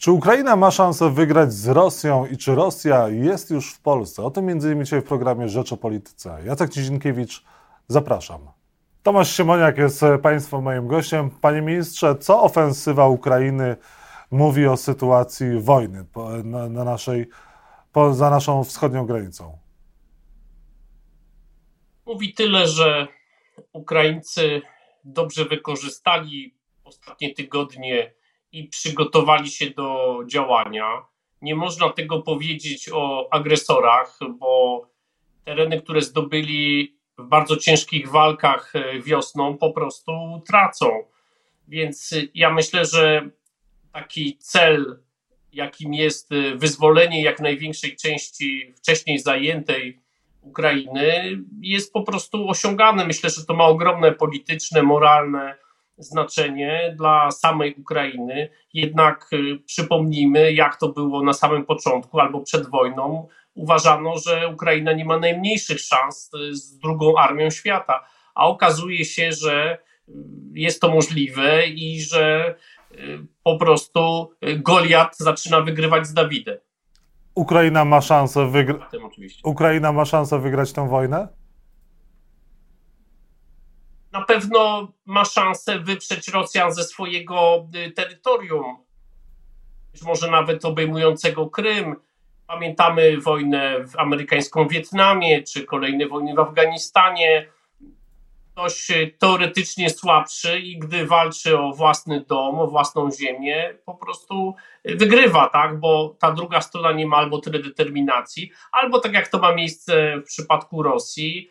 Czy Ukraina ma szansę wygrać z Rosją i czy Rosja jest już w Polsce? O tym m.in. dzisiaj w programie Rzecz o Polityce. Jacek Ciesienkiewicz, zapraszam. Tomasz Siemoniak jest Państwa moim gościem. Panie ministrze, co ofensywa Ukrainy mówi o sytuacji wojny za naszą wschodnią granicą? Mówi tyle, że Ukraińcy dobrze wykorzystali ostatnie tygodnie i przygotowali się do działania. Nie można tego powiedzieć o agresorach, bo tereny, które zdobyli w bardzo ciężkich walkach wiosną, po prostu tracą. Więc ja myślę, że taki cel, jakim jest wyzwolenie jak największej części wcześniej zajętej Ukrainy, jest po prostu osiągany. Myślę, że to ma ogromne polityczne, moralne znaczenie dla samej Ukrainy. Jednak przypomnijmy, jak to było na samym początku albo przed wojną. Uważano, że Ukraina nie ma najmniejszych szans z drugą armią świata, a okazuje się, że jest to możliwe i że po prostu Goliat zaczyna wygrywać z Dawidem. Ukraina ma szansę wygrać tę wojnę? Na pewno ma szansę wyprzeć Rosjan ze swojego terytorium, być może nawet obejmującego Krym. Pamiętamy wojnę amerykańską w Wietnamie, czy kolejne wojny w Afganistanie. Ktoś teoretycznie słabszy i gdy walczy o własny dom, o własną ziemię, po prostu wygrywa, tak? Bo ta druga strona nie ma albo tyle determinacji, albo tak jak to ma miejsce w przypadku Rosji,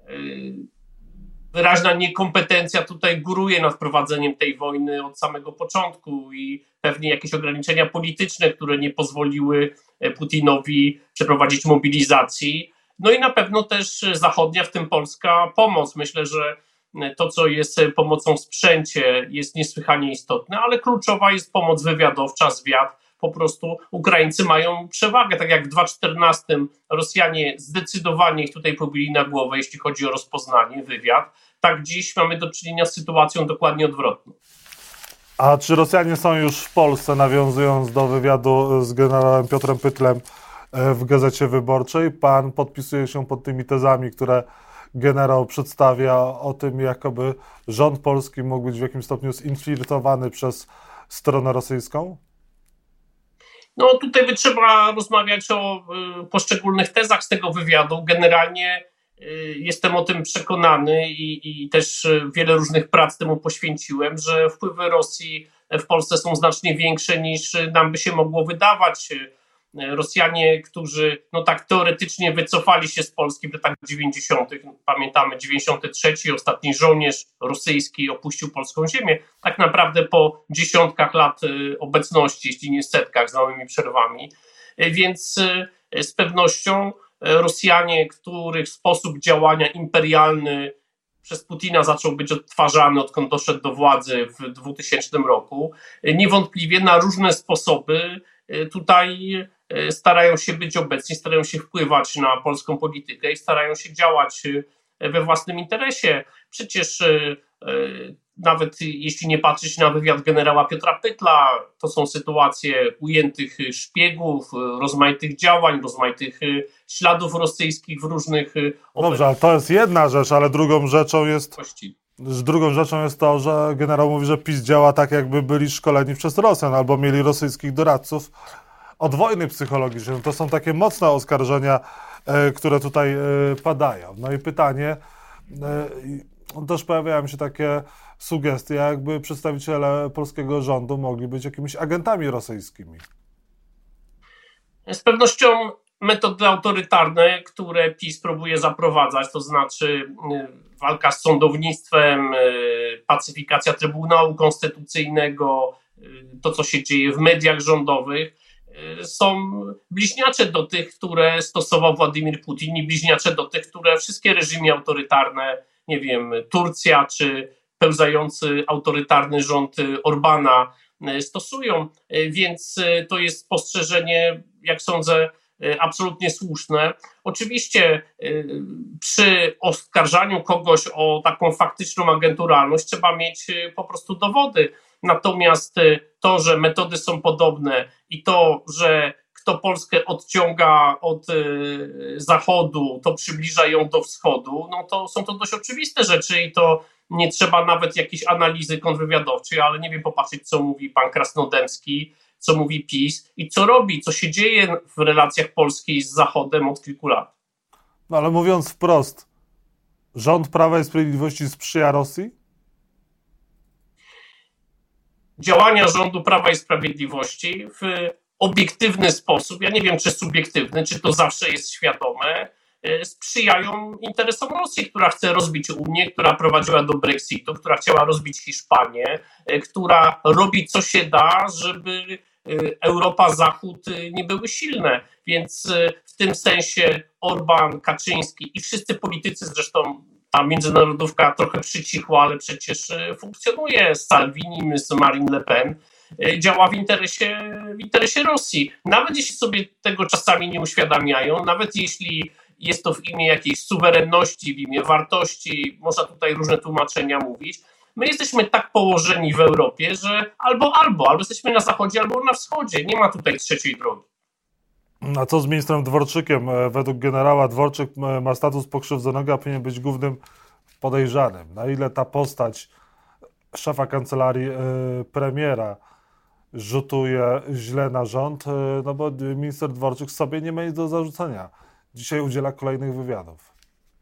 wyraźna niekompetencja tutaj góruje nad prowadzeniem tej wojny od samego początku i pewnie jakieś ograniczenia polityczne, które nie pozwoliły Putinowi przeprowadzić mobilizacji. No i na pewno też zachodnia, w tym polska pomoc. Myślę, że to, co jest pomocą w sprzęcie, jest niesłychanie istotne, ale kluczowa jest pomoc wywiadowcza, zwiad. Po prostu Ukraińcy mają przewagę. Tak jak w 2014 Rosjanie zdecydowanie ich tutaj pobili na głowę, jeśli chodzi o rozpoznanie, wywiad, tak dziś mamy do czynienia z sytuacją dokładnie odwrotną. A czy Rosjanie są już w Polsce, nawiązując do wywiadu z generałem Piotrem Pytlem w Gazecie Wyborczej? Pan podpisuje się pod tymi tezami, które generał przedstawia o tym, jakoby rząd polski mógł być w jakimś stopniu zinfiltrowany przez stronę rosyjską? No tutaj by trzeba rozmawiać o poszczególnych tezach z tego wywiadu. Generalnie jestem o tym przekonany i też wiele różnych prac temu poświęciłem, że wpływy Rosji w Polsce są znacznie większe niż nam by się mogło wydawać. Rosjanie, którzy no tak teoretycznie wycofali się z Polski w latach 90., pamiętamy 93, ostatni żołnierz rosyjski opuścił polską ziemię, tak naprawdę po dziesiątkach lat obecności, jeśli nie setkach, z małymi przerwami, więc z pewnością Rosjanie, których sposób działania imperialny przez Putina zaczął być odtwarzany, odkąd doszedł do władzy w 2000 roku, niewątpliwie na różne sposoby tutaj starają się być obecni, starają się wpływać na polską politykę i starają się działać we własnym interesie. Przecież nawet jeśli nie patrzeć na wywiad generała Piotra Pytla, to są sytuacje ujętych szpiegów, rozmaitych działań, rozmaitych śladów rosyjskich w różnych... Dobrze, ale to jest jedna rzecz, ale drugą rzeczą jest to, że generał mówi, że PiS działa tak, jakby byli szkoleni przez Rosjan albo mieli rosyjskich doradców od wojny psychologicznej. To są takie mocne oskarżenia, które tutaj padają. No i pytanie, też pojawiają się takie sugestie, jakby przedstawiciele polskiego rządu mogli być jakimiś agentami rosyjskimi. Z pewnością metody autorytarne, które PiS próbuje zaprowadzać, to znaczy walka z sądownictwem, pacyfikacja Trybunału Konstytucyjnego, to co się dzieje w mediach rządowych, są bliźniacze do tych, które stosował Władimir Putin i bliźniacze do tych, które wszystkie reżimy autorytarne, nie wiem, Turcja czy pełzający autorytarny rząd Orbana stosują, więc to jest spostrzeżenie, jak sądzę, absolutnie słuszne. Oczywiście przy oskarżaniu kogoś o taką faktyczną agenturalność trzeba mieć po prostu dowody. Natomiast to, że metody są podobne i to, że kto Polskę odciąga od zachodu, to przybliża ją do wschodu, no to są to dość oczywiste rzeczy i to nie trzeba nawet jakiejś analizy kontrwywiadowczej, ale nie wiem, popatrzeć, co mówi pan Krasnodębski, co mówi PiS i co robi, co się dzieje w relacjach Polski z Zachodem od kilku lat. No ale mówiąc wprost, rząd Prawa i Sprawiedliwości sprzyja Rosji? Działania rządu Prawa i Sprawiedliwości w obiektywny sposób, ja nie wiem, czy subiektywny, czy to zawsze jest świadome, sprzyjają interesom Rosji, która chce rozbić Unię, która prowadziła do Brexitu, która chciała rozbić Hiszpanię, która robi co się da, żeby Europa, Zachód nie były silne. Więc w tym sensie Orban, Kaczyński i wszyscy politycy, zresztą ta międzynarodówka trochę przycichła, ale przecież funkcjonuje z Salvinim, z Marine Le Pen, działa w interesie Rosji. Nawet jeśli sobie tego czasami nie uświadamiają, nawet jeśli jest to w imię jakiejś suwerenności, w imię wartości, można tutaj różne tłumaczenia mówić. My jesteśmy tak położeni w Europie, że albo jesteśmy na zachodzie, albo na wschodzie. Nie ma tutaj trzeciej drogi. A co z ministrem Dworczykiem? Według generała Dworczyk ma status pokrzywdzonego, a powinien być głównym podejrzanym. Na ile ta postać szefa kancelarii premiera rzutuje źle na rząd? No bo minister Dworczyk sobie nie ma nic do zarzucenia. Dzisiaj udziela kolejnych wywiadów.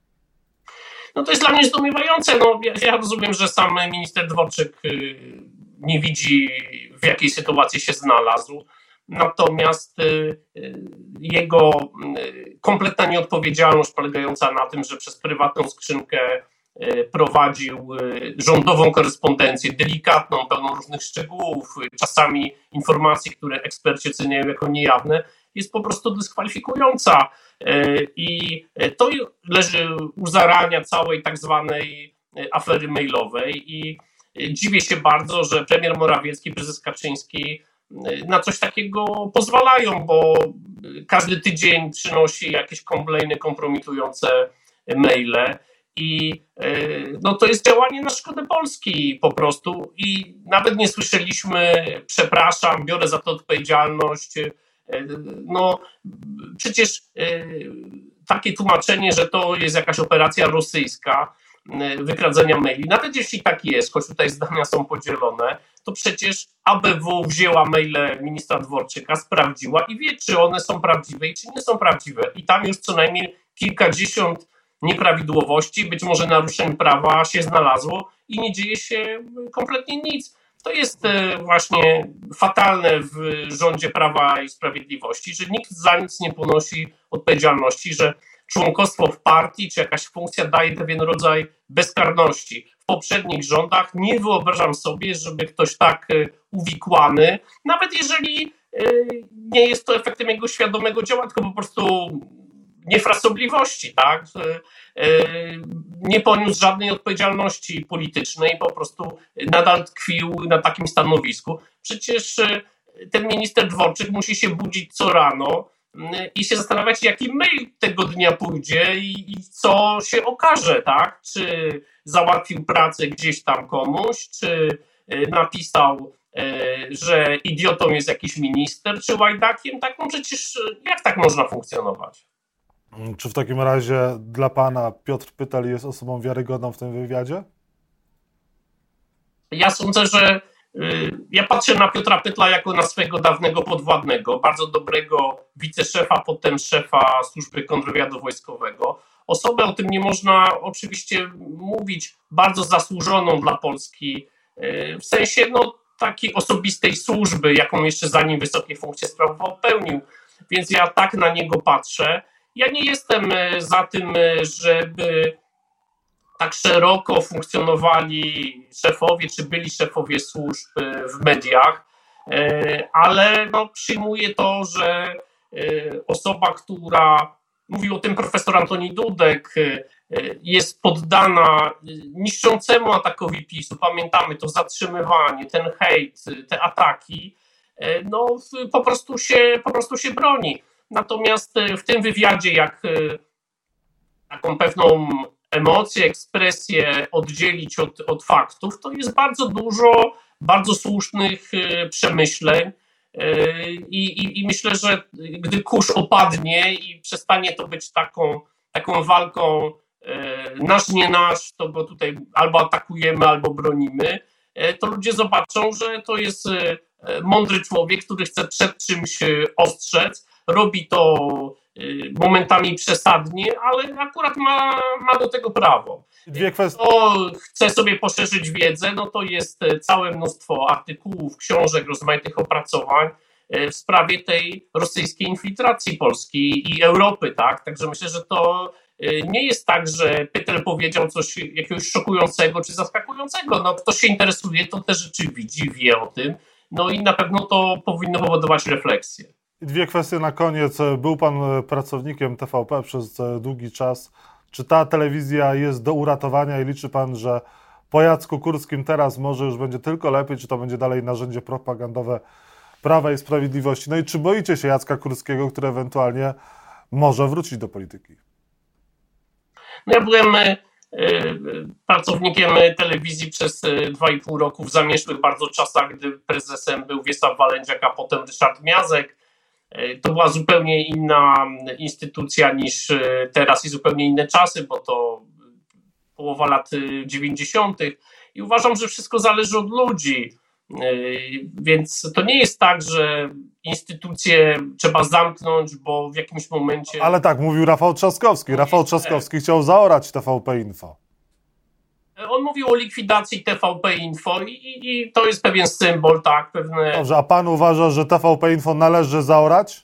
No to jest dla mnie zdumiewające. No, ja rozumiem, że sam minister Dworczyk nie widzi, w jakiej sytuacji się znalazł. Natomiast jego kompletna nieodpowiedzialność polegająca na tym, że przez prywatną skrzynkę prowadził rządową korespondencję, delikatną, pełną różnych szczegółów, czasami informacji, które eksperci oceniają jako niejawne, jest po prostu dyskwalifikująca. I to leży u zarania całej tak zwanej afery mailowej i dziwię się bardzo, że premier Morawiecki, prezes Kaczyński na coś takiego pozwalają, bo każdy tydzień przynosi jakieś kolejne kompromitujące maile i no to jest działanie na szkodę Polski po prostu i nawet nie słyszeliśmy, przepraszam, biorę za to odpowiedzialność. No przecież takie tłumaczenie, że to jest jakaś operacja rosyjska wykradzenia maili, nawet jeśli tak jest, choć tutaj zdania są podzielone, to przecież ABW wzięła maile ministra Dworczyka, sprawdziła i wie, czy one są prawdziwe i czy nie są prawdziwe. I tam już co najmniej kilkadziesiąt nieprawidłowości, być może naruszeń prawa się znalazło i nie dzieje się kompletnie nic. To jest właśnie fatalne w rządzie Prawa i Sprawiedliwości, że nikt za nic nie ponosi odpowiedzialności, że członkostwo w partii czy jakaś funkcja daje pewien rodzaj bezkarności. W poprzednich rządach nie wyobrażam sobie, żeby ktoś tak uwikłany, nawet jeżeli nie jest to efektem jego świadomego działania, tylko po prostu niefrasobliwości, tak? Nie poniósł żadnej odpowiedzialności politycznej, po prostu nadal tkwił na takim stanowisku. Przecież ten minister Dworczyk musi się budzić co rano i się zastanawiać, jaki mail tego dnia pójdzie i co się okaże, tak? Czy załatwił pracę gdzieś tam komuś, czy napisał, że idiotą jest jakiś minister, czy łajdakiem, tak? No przecież jak tak można funkcjonować? Czy w takim razie dla pana Piotr Pytel jest osobą wiarygodną w tym wywiadzie? Ja sądzę, że ja patrzę na Piotra Pytla jako na swojego dawnego podwładnego, bardzo dobrego wiceszefa, potem szefa służby kontrwywiadu wojskowego. Osobę, o tym nie można oczywiście mówić, bardzo zasłużoną dla Polski, w sensie no, takiej osobistej służby, jaką jeszcze zanim wysokie funkcje sprawował pełnił. Więc ja tak na niego patrzę. Ja nie jestem za tym, żeby tak szeroko funkcjonowali szefowie, czy byli szefowie służb w mediach, ale no, przyjmuję to, że osoba, która, mówił o tym profesor Antoni Dudek, jest poddana niszczącemu atakowi PiS-u, pamiętamy to zatrzymywanie, ten hejt, te ataki, no po prostu się broni. Natomiast w tym wywiadzie, jak taką pewną emocję, ekspresję oddzielić od faktów, to jest bardzo dużo bardzo słusznych przemyśleń i myślę, że gdy kurz opadnie i przestanie to być taką walką nasz, nie nasz, to go tutaj albo atakujemy, albo bronimy, to ludzie zobaczą, że to jest mądry człowiek, który chce przed czymś ostrzec, robi to momentami przesadnie, ale akurat ma do tego prawo. Chce sobie poszerzyć wiedzę, no to jest całe mnóstwo artykułów, książek, rozmaitych opracowań w sprawie tej rosyjskiej infiltracji Polski i Europy, tak? Także myślę, że to nie jest tak, że Pytel powiedział coś jakiegoś szokującego czy zaskakującego. No, kto się interesuje, to te rzeczy widzi, wie o tym. No i na pewno to powinno powodować refleksję. Dwie kwestie na koniec. Był pan pracownikiem TVP przez długi czas. Czy ta telewizja jest do uratowania i liczy pan, że po Jacku Kurskim teraz może już będzie tylko lepiej, czy to będzie dalej narzędzie propagandowe Prawa i Sprawiedliwości? No i czy boicie się Jacka Kurskiego, który ewentualnie może wrócić do polityki? No ja byłem pracownikiem telewizji przez 2,5 roku w zamierzchłych bardzo czasach, gdy prezesem był Wiesław Walędziak, a potem Ryszard Miazek. To była zupełnie inna instytucja niż teraz i zupełnie inne czasy, bo to połowa lat 90. I uważam, że wszystko zależy od ludzi. Więc to nie jest tak, że instytucje trzeba zamknąć, bo w jakimś momencie... Ale tak, mówił Rafał Trzaskowski. Rafał Trzaskowski chciał zaorać TVP Info. On mówił o likwidacji TVP Info i to jest pewien symbol, tak, pewne... Dobrze, a pan uważa, że TVP Info należy zaorać?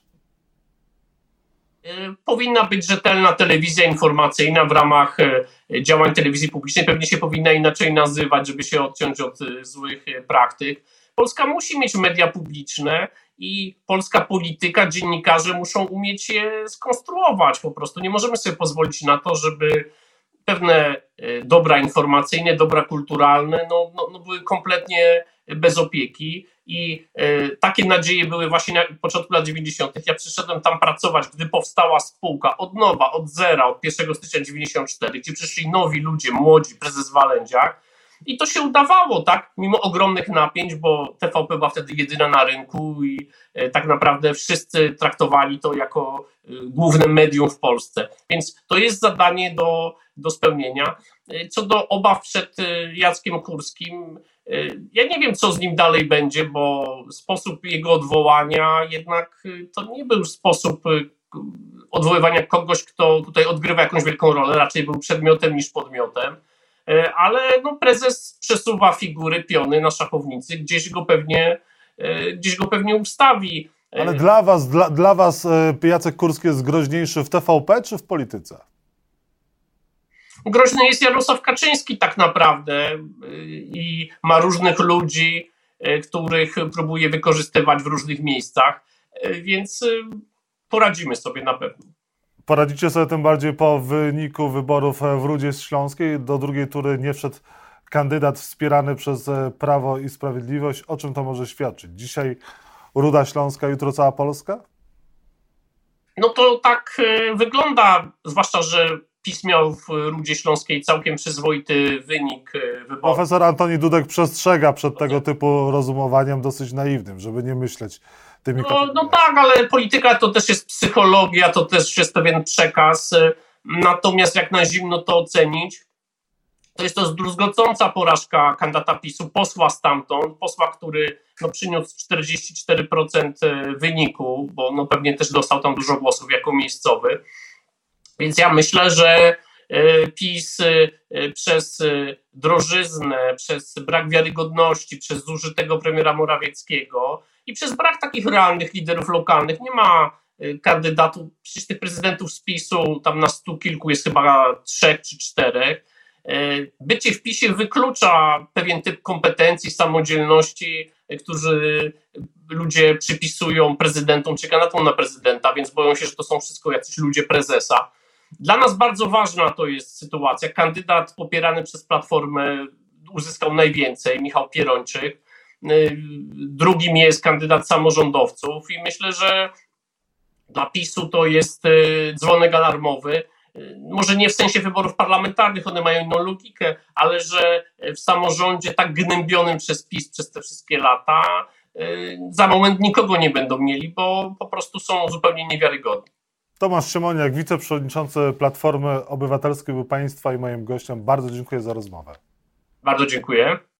Powinna być rzetelna telewizja informacyjna w ramach działań telewizji publicznej. Pewnie się powinna inaczej nazywać, żeby się odciąć od złych praktyk. Polska musi mieć media publiczne i polska polityka, dziennikarze muszą umieć je skonstruować. Po prostu nie możemy sobie pozwolić na to, żeby pewne dobra informacyjne, dobra kulturalne były kompletnie bez opieki i takie nadzieje były właśnie na początku lat 90. Ja przyszedłem tam pracować, gdy powstała spółka od nowa, od zera, od 1 stycznia 94, gdzie przyszli nowi ludzie, młodzi, prezes Walędziak i to się udawało, tak, mimo ogromnych napięć, bo TVP była wtedy jedyna na rynku i tak naprawdę wszyscy traktowali to jako główne medium w Polsce, więc to jest zadanie do spełnienia. Co do obaw przed Jackiem Kurskim, ja nie wiem, co z nim dalej będzie, bo sposób jego odwołania jednak to nie był sposób odwoływania kogoś, kto tutaj odgrywa jakąś wielką rolę, raczej był przedmiotem niż podmiotem, ale prezes przesuwa figury, piony na szachownicy, gdzieś go pewnie ustawi. Ale dla was Jacek Kurski jest groźniejszy w TVP czy w polityce? Groźny jest Jarosław Kaczyński tak naprawdę i ma różnych ludzi, których próbuje wykorzystywać w różnych miejscach, więc poradzimy sobie na pewno. Poradzicie sobie tym bardziej po wyniku wyborów w Rudzie Śląskiej. Do drugiej tury nie wszedł kandydat wspierany przez Prawo i Sprawiedliwość. O czym to może świadczyć? Dzisiaj Ruda Śląska, jutro cała Polska? No to tak wygląda, zwłaszcza, że PiS miał w Rudzie Śląskiej całkiem przyzwoity wynik wyborów. Profesor Antoni Dudek przestrzega przed tego typu rozumowaniem dosyć naiwnym, żeby nie myśleć tymi kategoriami. No tak, ale polityka to też jest psychologia, to też jest pewien przekaz. Natomiast jak na zimno to ocenić, to jest to zdruzgocąca porażka kandydata PiS-u, posła stamtąd, posła, który przyniósł 44% wyniku, bo pewnie też dostał tam dużo głosów jako miejscowy. Więc ja myślę, że PiS przez drożyznę, przez brak wiarygodności, przez zużytego premiera Morawieckiego i przez brak takich realnych liderów lokalnych nie ma kandydatów, przecież tych prezydentów z PiS-u tam na 100 kilku jest chyba 3 czy 4. Bycie w PiS-ie wyklucza pewien typ kompetencji, samodzielności, którzy ludzie przypisują prezydentom czy kandydatom na prezydenta, więc boją się, że to są wszystko jacyś ludzie prezesa. Dla nas bardzo ważna to jest sytuacja. Kandydat popierany przez Platformę uzyskał najwięcej, Michał Pierończyk. Drugim jest kandydat samorządowców i myślę, że Dla PiS-u to jest dzwonek alarmowy. Może nie w sensie wyborów parlamentarnych, one mają inną logikę, ale że w samorządzie tak gnębionym przez PiS przez te wszystkie lata za moment nikogo nie będą mieli, bo po prostu są zupełnie niewiarygodni. Tomasz Siemoniak, wiceprzewodniczący Platformy Obywatelskiej, był Państwa i moim gościem. Bardzo dziękuję za rozmowę. Bardzo dziękuję.